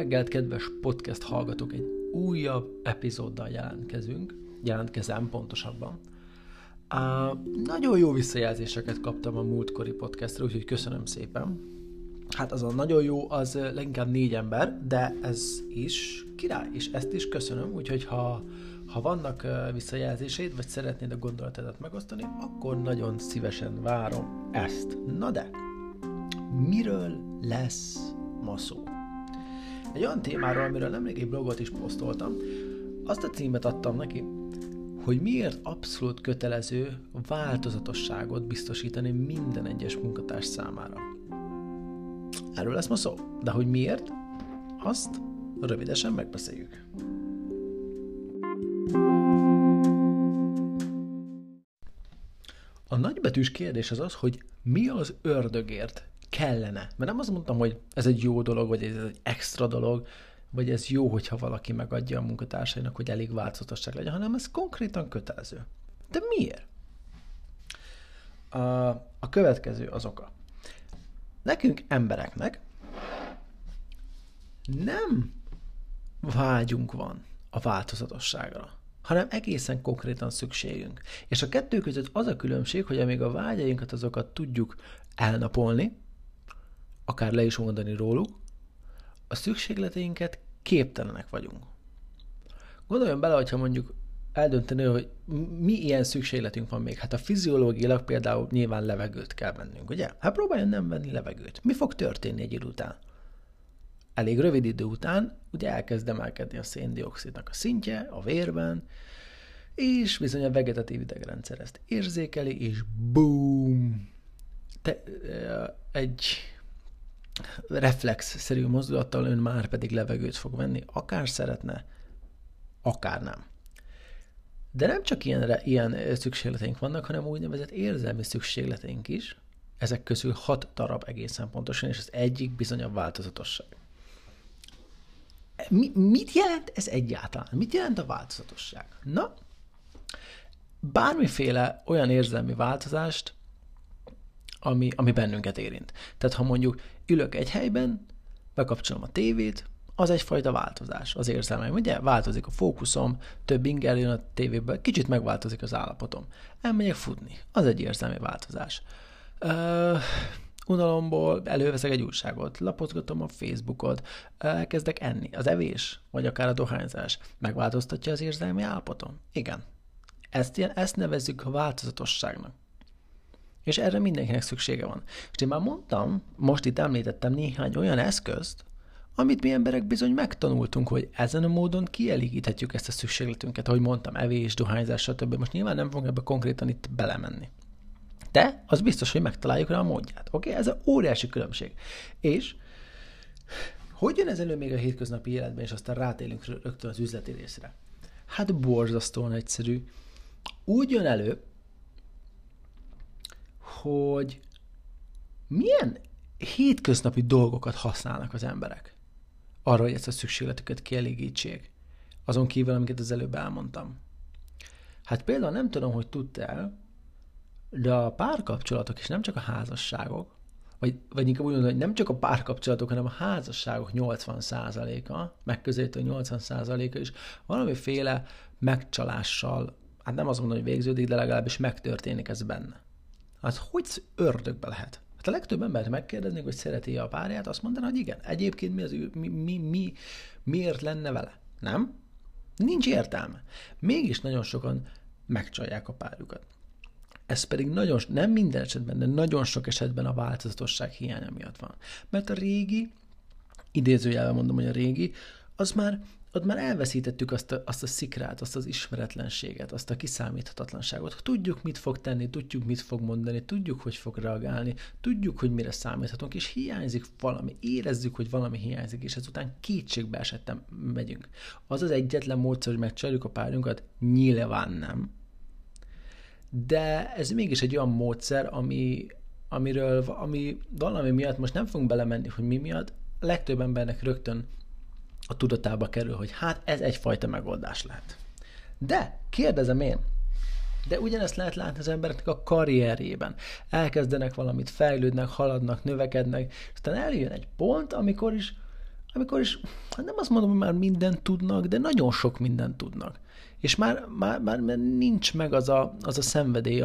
Jó reggelt, kedves podcast hallgatók! Egy újabb epizóddal jelentkezem pontosabban. Nagyon jó visszajelzéseket kaptam a múltkori podcastra, úgyhogy köszönöm szépen. Hát az a nagyon jó, az leginkább 4 ember, de ez is király, és ezt is köszönöm, úgyhogy ha vannak visszajelzéseid, vagy szeretnéd a gondolatodat megosztani, akkor nagyon szívesen várom ezt. Na de, miről lesz ma szó? Egy olyan témáról, amiről nemrég egy blogot is posztoltam, azt a címet adtam neki, hogy miért abszolút kötelező változatosságot biztosítani minden egyes munkatárs számára. Erről lesz ma szó, de hogy miért, azt rövidesen megbeszéljük. A nagybetűs kérdés az, hogy mi az ördögért kellene. Mert nem azt mondtam, hogy ez egy jó dolog, vagy ez egy extra dolog, vagy ez jó, hogyha valaki megadja a munkatársainak, hogy elég változatosság legyen, hanem ez konkrétan kötelező. De miért? A következő az oka. Nekünk embereknek nem vágyunk van a változatosságra, hanem egészen konkrétan szükségünk. És a kettő között az a különbség, hogy amíg a vágyainkat azokat tudjuk elnapolni, akár le is mondani róluk, a szükségleteinket képtelenek vagyunk. Gondoljon bele, hogyha mondjuk eldönteni, hogy mi ilyen szükségletünk van még. Hát a fiziológiailag például nyilván levegőt kell vennünk, ugye? Hát próbáljon nem venni levegőt. Mi fog történni egy idő után? Elég rövid idő után ugye elkezd emelkedni a szén-dioxidnak a szintje a vérben, és bizony a vegetatív idegrendszer ezt érzékeli, és boom! Egy reflex-szerű mozdulattal ön már pedig levegőt fog venni, akár szeretne, akár nem. De nem csak ilyen szükségleteink vannak, hanem úgynevezett érzelmi szükségleteink is, ezek közül 6 darab egészen pontosan, és az egyik bizony a változatosság. Mit jelent ez egyáltalán? Mit jelent a változatosság? Na, bármiféle olyan érzelmi változást, ami bennünket érint. Tehát ha mondjuk ülök egy helyben, bekapcsolom a tévét, az egyfajta változás, az érzelmeim, ugye? Változik a fókuszom, több inger jön a tévéből, kicsit megváltozik az állapotom. Elmegyek futni, az egy érzelmi változás. Unalomból előveszek egy újságot, lapozgatom a Facebookot, elkezdek enni. Az evés, vagy akár a dohányzás megváltoztatja az érzelmi állapotom? Igen. Ezt nevezzük a változatosságnak. És erre mindenkinek szüksége van. És én már mondtam, most itt említettem néhány olyan eszközt, amit mi emberek bizony megtanultunk, hogy ezen a módon kielégíthetjük ezt a szükségletünket, ahogy mondtam, evés, dohányzás, stb. Most nyilván nem fogunk ebbe konkrétan itt belemenni. De az biztos, hogy megtaláljuk rá a módját. Oké? Ez a óriási különbség. És hogy jön ez elő még a hétköznapi életben, és aztán rátélünk rögtön az üzleti részre? Hát borzasztóan egyszerű. Úgy jön elő, hogy milyen hétköznapi dolgokat használnak az emberek arra, hogy ezt a szükségletüket kielégítsék. Azon kívül, amiket az előbb elmondtam. Hát például nem tudom, hogy tudtál, de a párkapcsolatok, és nem csak a házasságok, vagy inkább úgy mondom, hogy nem csak a párkapcsolatok, hanem a házasságok 80%-a, megközelítő 80%-a is valamiféle megcsalással, hát nem azt mondom, hogy végződik, de legalábbis megtörténik ez benne. Hát hogy ördögbe lehet? Hát a legtöbb embert megkérdeznék, hogy szereti-e a párját, azt mondaná, hogy igen. Egyébként miért lenne vele? Nem? Nincs értelme. Mégis nagyon sokan megcsalják a párjukat. Ez pedig nem minden esetben, de nagyon sok esetben a változatosság hiánya miatt van. Mert a régi, idézőjelben mondom, hogy a régi, ott már elveszítettük azt a szikrát, azt az ismeretlenséget, azt a kiszámíthatatlanságot. Tudjuk, mit fog tenni, tudjuk, mit fog mondani, tudjuk, hogy fog reagálni, tudjuk, hogy mire számíthatunk, és hiányzik valami, érezzük, hogy valami hiányzik, és ezután kétségbe esettem megyünk. Az az egyetlen módszer, hogy megcsaljuk a párjunkat? Nyilván nem. De ez mégis egy olyan módszer, ami valami miatt, most nem fogunk belemenni, hogy mi miatt, a legtöbb embernek rögtön a tudatába kerül, hogy hát ez egyfajta megoldás lehet. De kérdezem én, de ugyanezt lehet látni az embereknek a karrierjében. Elkezdenek valamit, fejlődnek, haladnak, növekednek, aztán eljön egy pont, amikor is amikor is, hát nem azt mondom, hogy már mindent tudnak, de nagyon sok mindent tudnak. És már nincs meg az a szenvedély,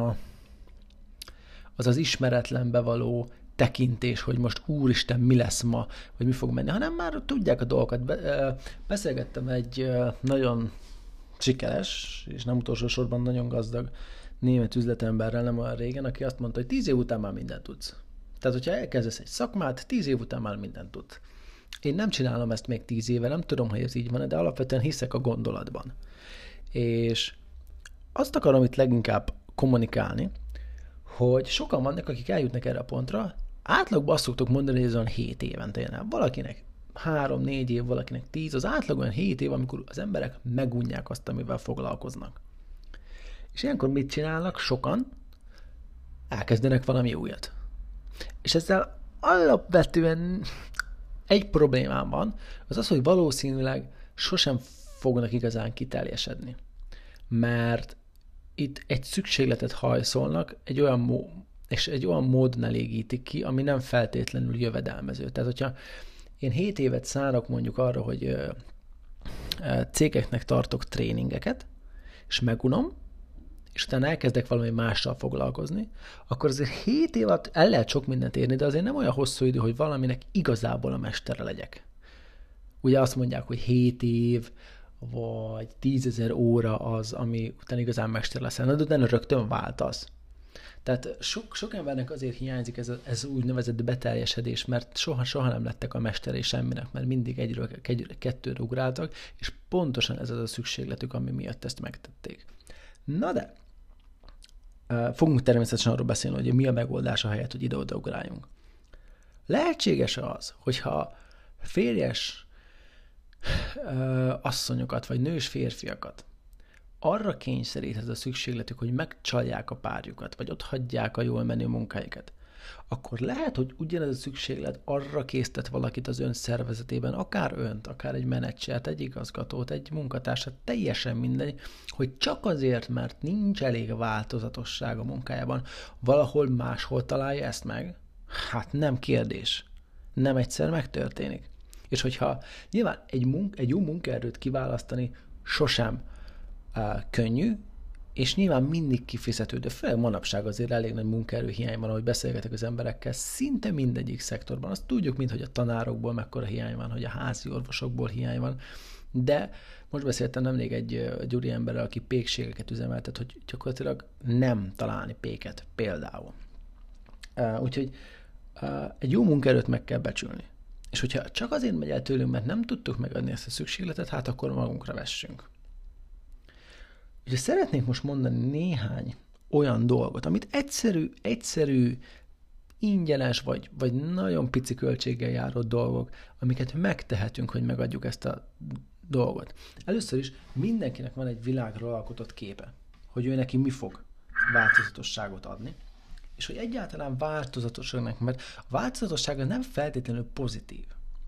az ismeretlenbe való tekintés, hogy most úristen, mi lesz ma, vagy mi fog menni, hanem már tudják a dolgokat. Beszélgettem egy nagyon sikeres, és nem utolsó sorban nagyon gazdag német üzletemberrel nem olyan régen, aki azt mondta, hogy 10 év után már mindent tudsz. Tehát, hogyha elkezdesz egy szakmát, 10 év után már mindent tudsz. Én nem csinálom ezt még 10 éve, nem tudom, hogy ez így van, de alapvetően hiszek a gondolatban. És azt akarom itt leginkább kommunikálni, hogy sokan vannak, akik eljutnak erre a pontra, átlagban azt szoktok mondani, hogy ez olyan 7 évente jön. Valakinek 3-4 év, valakinek 10, az átlag olyan 7 év, amikor az emberek megunják azt, amivel foglalkoznak. És ilyenkor mit csinálnak? Sokan elkezdenek valami újat. És ezzel alapvetően egy problémám van, az az, hogy valószínűleg sosem fognak igazán kiteljesedni. Mert itt egy szükségletet hajszolnak, és egy olyan módon elégítik ki, ami nem feltétlenül jövedelmező. Tehát, hogyha én 7 évet szánok mondjuk arra, hogy cégeknek tartok tréningeket, és megunom, és utána elkezdek valami mással foglalkozni, akkor azért 7 év alatt el lehet sok mindent érni, de azért nem olyan hosszú idő, hogy valaminek igazából a mestere legyek. Ugye azt mondják, hogy 7 év, vagy 10 000 óra az, ami után igazán mester leszel, de utána rögtön váltasz. Tehát sok embernek azért hiányzik ez úgynevezett beteljesedés, mert soha nem lettek a mesterei semminek, mert mindig egyről kettőre ugráltak, és pontosan ez az a szükségletük, ami miatt ezt megtették. Na de, fogunk természetesen arról beszélni, hogy mi a megoldás a helyett, hogy ide-oda ugráljunk. Lehetséges az, hogyha férjes asszonyokat, vagy nős férfiakat arra kényszeríthet a szükségletük, hogy megcsalják a párjukat, vagy ott hagyják a jól menő munkáikat, akkor lehet, hogy ugyanez a szükséglet arra késztet valakit az ön szervezetében, akár önt, akár egy menedzsert, egy igazgatót, egy munkatársat, teljesen mindegy, hogy csak azért, mert nincs elég változatosság a munkájában, valahol máshol találja ezt meg? Hát nem kérdés. Nem egyszer megtörténik. És hogyha nyilván egy jó munkaerőt kiválasztani sosem könnyű, és nyilván mindig kifizetődő, főleg manapság azért elég nagy munkaerőhiány van, ahogy beszélgetek az emberekkel, szinte mindegyik szektorban. Azt tudjuk, hogy a tanárokból mekkora hiány van, hogy a házi orvosokból hiány van, de most beszéltem nemrég egy úri emberrel, aki pékségeket üzemeltet, hogy gyakorlatilag nem találni péket például. Úgyhogy egy jó munkaerőt meg kell becsülni. És hogyha csak azért megy el tőlünk, mert nem tudtuk megadni ezt a szükségletet, hát akkor magunkra vessünk. Ugye szeretnék most mondani néhány olyan dolgot, amit egyszerű, ingyenes vagy nagyon pici költséggel járó dolgok, amiket megtehetünk, hogy megadjuk ezt a dolgot. Először is mindenkinek van egy világról alkotott képe, hogy ő neki mi fog változatosságot adni, és hogy egyáltalán változatosságnak, mert a változatosság nem feltétlenül pozitív.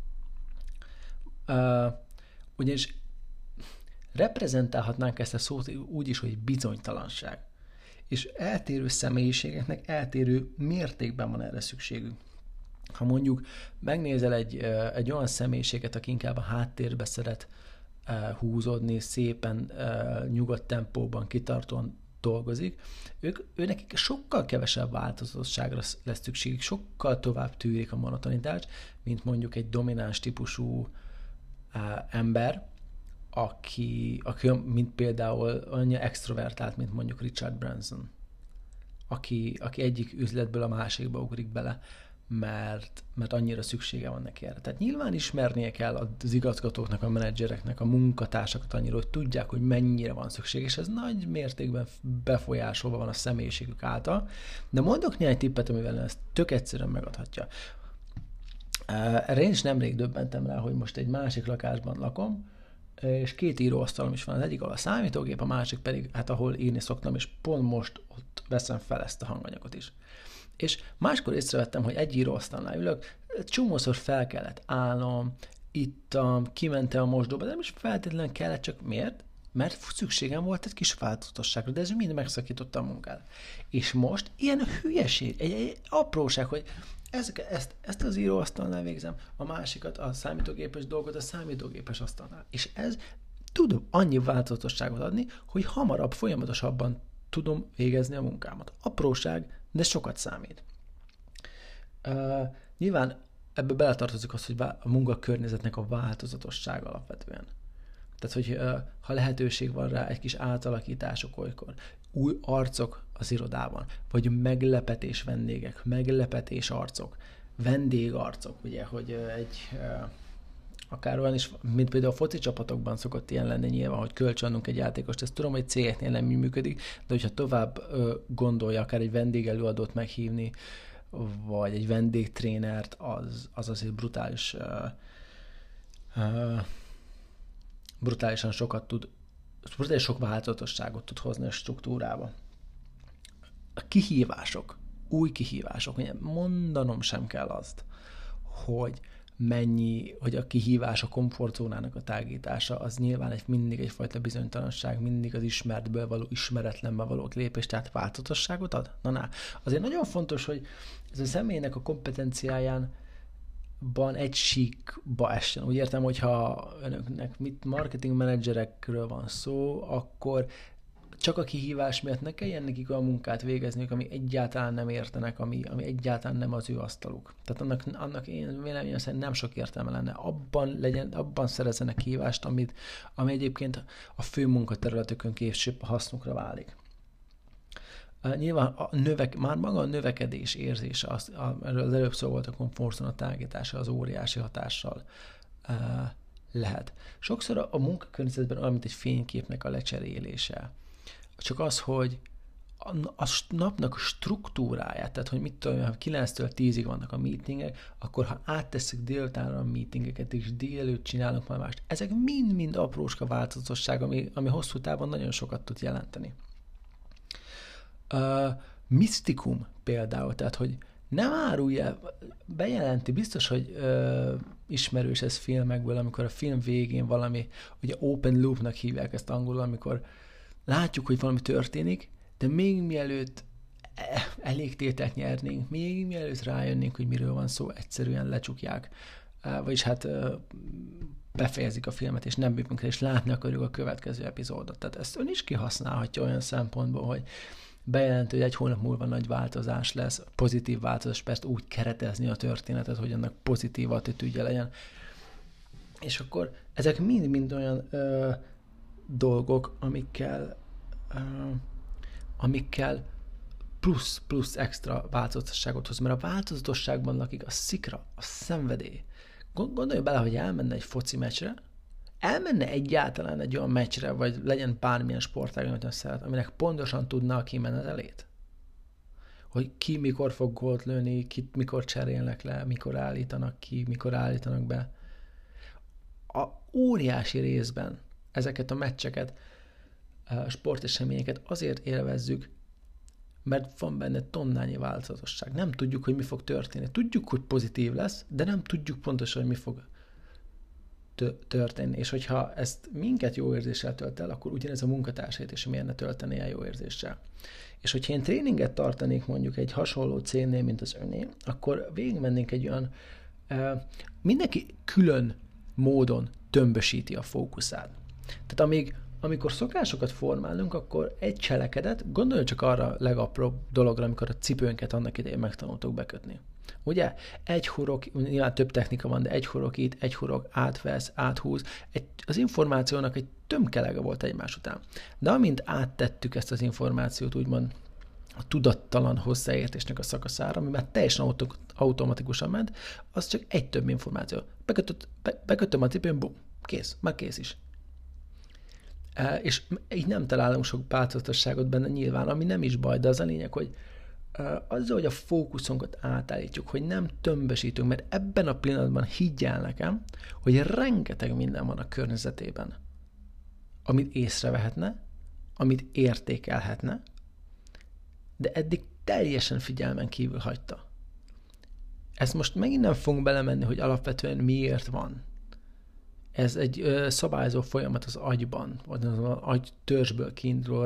Ugyanis reprezentálhatnánk ezt a szót úgy is, hogy bizonytalanság. És eltérő személyiségeknek eltérő mértékben van erre szükségük. Ha mondjuk megnézel egy olyan személyiséget, aki inkább a háttérbe szeret húzódni, szépen nyugodt tempóban, kitartóan dolgozik, nekik sokkal kevesebb változatosságra lesz szükségük, sokkal tovább tűrik a monotonitást, mint mondjuk egy domináns típusú ember, aki mint például annyira extrovertált, mint mondjuk Richard Branson, aki egyik üzletből a másikba ugrik bele, mert annyira szüksége van neki erre. Tehát nyilván ismernie kell az igazgatóknak, a menedzsereknek, a munkatársakat annyira, hogy tudják, hogy mennyire van szükség, és ez nagy mértékben befolyásolva van a személyiségük által. De mondok néhány tippet, amivel ezt tök egyszerűen megadhatja. Erre én is nemrég döbbentem rá, hogy most egy másik lakásban lakom, és 2 íróasztalom is van, az egyik, ahol a számítógép, a másik pedig, hát ahol írni szoktam, és pont most ott veszem fel ezt a hanganyagot is. És máskor észrevettem, hogy egy íróasztalnál ülök, csomószor fel kellett állnom, ittam, kimentem a mosdóba, de nem is feltétlenül kellett, csak miért? Mert szükségem volt egy kis változatosságra, de ez mind megszakította a munkát. És most ilyen hülyeség, egy apróság, hogy Ezt az íróasztalnál végzem, a másikat, a számítógépes dolgot a számítógépes asztalnál. És ez tud annyi változatosságot adni, hogy hamarabb, folyamatosabban tudom végezni a munkámat. Apróság, de sokat számít. Nyilván ebbe beletartozik az, hogy a munkakörnyezetnek a változatosság alapvetően. Tehát, hogy ha lehetőség van rá egy kis átalakítások olykor, új arcok az irodában, vagy meglepetés vendégek, meglepetés arcok, vendégarcok, ugye, hogy akár olyan is, mint például a foci csapatokban szokott ilyen lenni nyilván, hogy kölcsönünk egy játékost, ezt tudom, hogy cégeknél nem működik, de hogyha tovább gondolja akár egy vendégelőadót meghívni, vagy egy vendégtrénert, az azért brutálisan brutális sok változatosságot tud hozni a struktúrába. A kihívások, új kihívások, ugye mondanom sem kell azt, hogy hogy a kihívás, a komfortzónának a tágítása, az nyilván mindig egyfajta bizonytalanság, mindig az ismertből való, ismeretlenbe való lépés, tehát változatosságot ad? Na. Azért nagyon fontos, hogy ez a személynek a kompetenciáján egy síkba essen. Úgy értem, hogyha önöknek marketing menedzserekről van szó, akkor csak a kihívás miatt ne kelljen nekik olyan munkát végezniük, ami egyáltalán nem értenek, ami egyáltalán nem az ő asztaluk. Tehát annak én véleményem szerint nem sok értelme lenne. Abban szerezzenek kihívást, ami egyébként a fő munkaterületükön később hasznukra válik. Nyilván már maga a növekedés érzése, erről az előbb szó volt a komfortzóna tágítása, az óriási hatással lehet. Sokszor a munkakörnyezetben olyan, mint egy fényképnek a lecserélése. Csak az, hogy a napnak a struktúráját, tehát hogy mit tudom, ha 9-től 10-ig vannak a meetingek, akkor ha átteszik délutánra a meetingeket, és délelőtt csinálunk már mást, ezek mind-mind apróska változatosság, ami hosszú távon nagyon sokat tud jelenteni. Misztikum például, tehát hogy nem árulja, bejelenti, biztos, hogy ismerős ez filmekből, amikor a film végén valami, ugye open loopnak hívják ezt angolul, amikor látjuk, hogy valami történik, de még mielőtt elég tételt nyernénk, még mielőtt rájönnénk, hogy miről van szó, egyszerűen lecsukják, vagyis hát befejezik a filmet, és nem bípünk rá, és látni akarjuk a következő epizódot. Tehát ezt ön is kihasználhatja olyan szempontból, hogy bejelentő, hogy egy hónap múlva nagy változás lesz, pozitív változás, persze úgy keretezni a történetet, hogy annak pozitív attitűdje legyen. És akkor ezek mind-mind olyan dolgok, amikkel plusz extra változatosságot hoz, mert a változatosságban lakik a szikra, a szenvedély. Gondolj bele, hogy elmenne egy foci meccsre, elmenne egyáltalán egy olyan meccsre, vagy legyen bármilyen sportág, amit ön szeret, aminek pontosan tudna a kimenetelét. Hogy ki mikor fog gólt lőni, kit mikor cserélnek le, mikor állítanak ki, mikor állítanak be. A óriási részben ezeket a meccseket, a sporteseményeket azért élvezzük, mert van benne tonnányi változatosság. Nem tudjuk, hogy mi fog történni. Tudjuk, hogy pozitív lesz, de nem tudjuk pontosan, hogy mi fog történni. És hogyha ezt minket jó érzéssel tölt el, akkor ugyanez a munkatársait is miért ne tölteni el jó érzéssel. És hogyha én tréninget tartanék mondjuk egy hasonló cégnél, mint az öné, akkor végigmennénk egy olyan, mindenki külön módon tömbösíti a fókuszát. Tehát amikor szokásokat formálunk, akkor egy cselekedet, gondolj csak arra a legapróbb dologra, amikor a cipőnket annak idején megtanultok bekötni. Ugye? Egy hurok, nyilván több technika van, de egy hurok itt, egy hurok átvesz, áthúz. Az információnak egy tömkelege volt egymás után. De amint áttettük ezt az információt, úgymond a tudattalan hozzáértésnek a szakaszára, ami már teljesen automatikusan ment, az csak egy több információ. Bekötöm a cipőn, bum, kész, már kész is. És így nem találunk sok változatosságot benne nyilván, ami nem is baj, de az a lényeg, hogy azzal, hogy a fókuszunkat átállítjuk, hogy nem tömbösítünk, mert ebben a pillanatban higgyel nekem, hogy rengeteg minden van a környezetében, amit észrevehetne, amit értékelhetne, de eddig teljesen figyelmen kívül hagyta. Ezt most megint nem fogunk belemenni, hogy alapvetően miért van. Ez egy szabályozó folyamat az agyban, vagy az agy törzsből kiinduló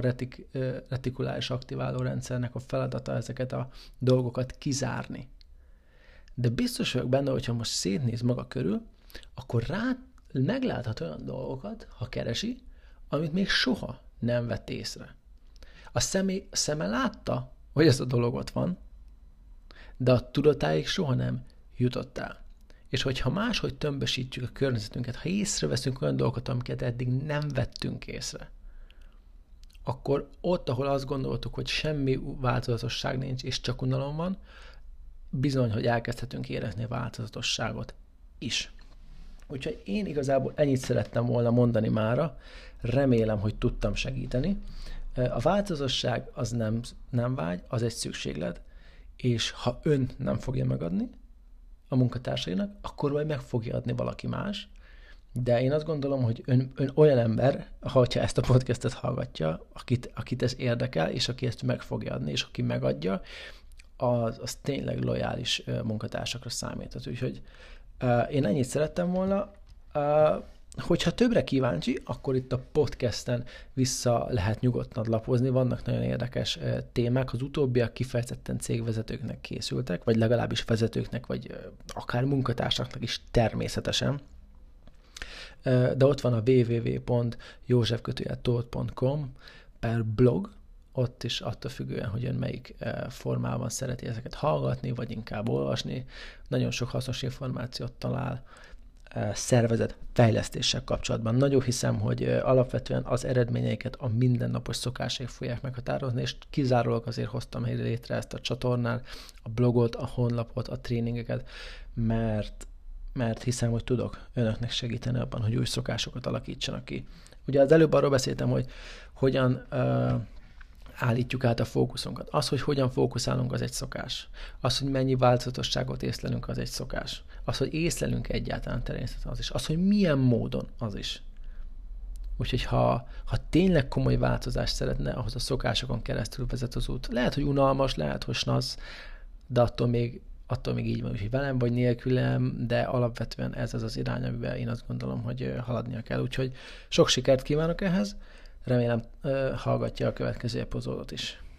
retikuláris aktiváló rendszernek a feladata ezeket a dolgokat kizárni. De biztos vagyok benne, hogyha most szétnéz maga körül, akkor megláthat olyan dolgokat, ha keresi, amit még soha nem vett észre. A szeme látta, hogy ez a dolog ott van, de a tudatáig soha nem jutott el. És hogyha máshogy tömbösítjük a környezetünket, ha észreveszünk olyan dolgokat, amiket eddig nem vettünk észre, akkor ott, ahol azt gondoltuk, hogy semmi változatosság nincs, és csak unalom van, bizony, hogy elkezdhetünk érezni a változatosságot is. Úgyhogy én igazából ennyit szerettem volna mondani mára, remélem, hogy tudtam segíteni. A változatosság az nem vágy, az egy szükséglet, és ha ön nem fogja megadni a munkatársainak, akkor majd meg fogja adni valaki más. De én azt gondolom, hogy ön olyan ember, ha ezt a podcastet hallgatja, akit ez érdekel, és aki ezt meg fogja adni, és aki megadja, az tényleg lojális munkatársakra számíthat. Úgyhogy én ennyit szerettem volna. Hogyha többre kíváncsi, akkor itt a podcasten vissza lehet nyugodtan lapozni. Vannak nagyon érdekes témák. Az utóbbiak kifejezetten cégvezetőknek készültek, vagy legalábbis vezetőknek, vagy akár munkatársaknak is természetesen. De ott van a www.josef-tóth.com per blog, ott is attól függően, hogy ön melyik formában szereti ezeket hallgatni, vagy inkább olvasni. Nagyon sok hasznos információt talál szervezet fejlesztéssel kapcsolatban. Nagyon hiszem, hogy alapvetően az eredményeiket a mindennapos szokásaik fogják meghatározni, és kizárólag azért hoztam létre ezt a csatornán, a blogot, a honlapot, a tréningeket, mert hiszem, hogy tudok önöknek segíteni abban, hogy új szokásokat alakítsanak ki. Ugye az előbb arról beszéltem, hogy hogyan állítjuk át a fókuszunkat. Az, hogy hogyan fókuszálunk, az egy szokás. Az, hogy mennyi változatosságot észlelünk, az egy szokás. Az, hogy észlelünk egyáltalán természetesen, az is. Az, hogy milyen módon, az is. Úgyhogy ha tényleg komoly változást szeretne, ahhoz a szokásokon keresztül vezet az út. Lehet, hogy unalmas, lehet, hogy snasz, de attól még így van, hogy velem vagy nélkülem, de alapvetően ez az irány, amiben én azt gondolom, hogy haladnia kell. Úgyhogy sok sikert kívánok ehhez, remélem hallgatja a következő epizódot is.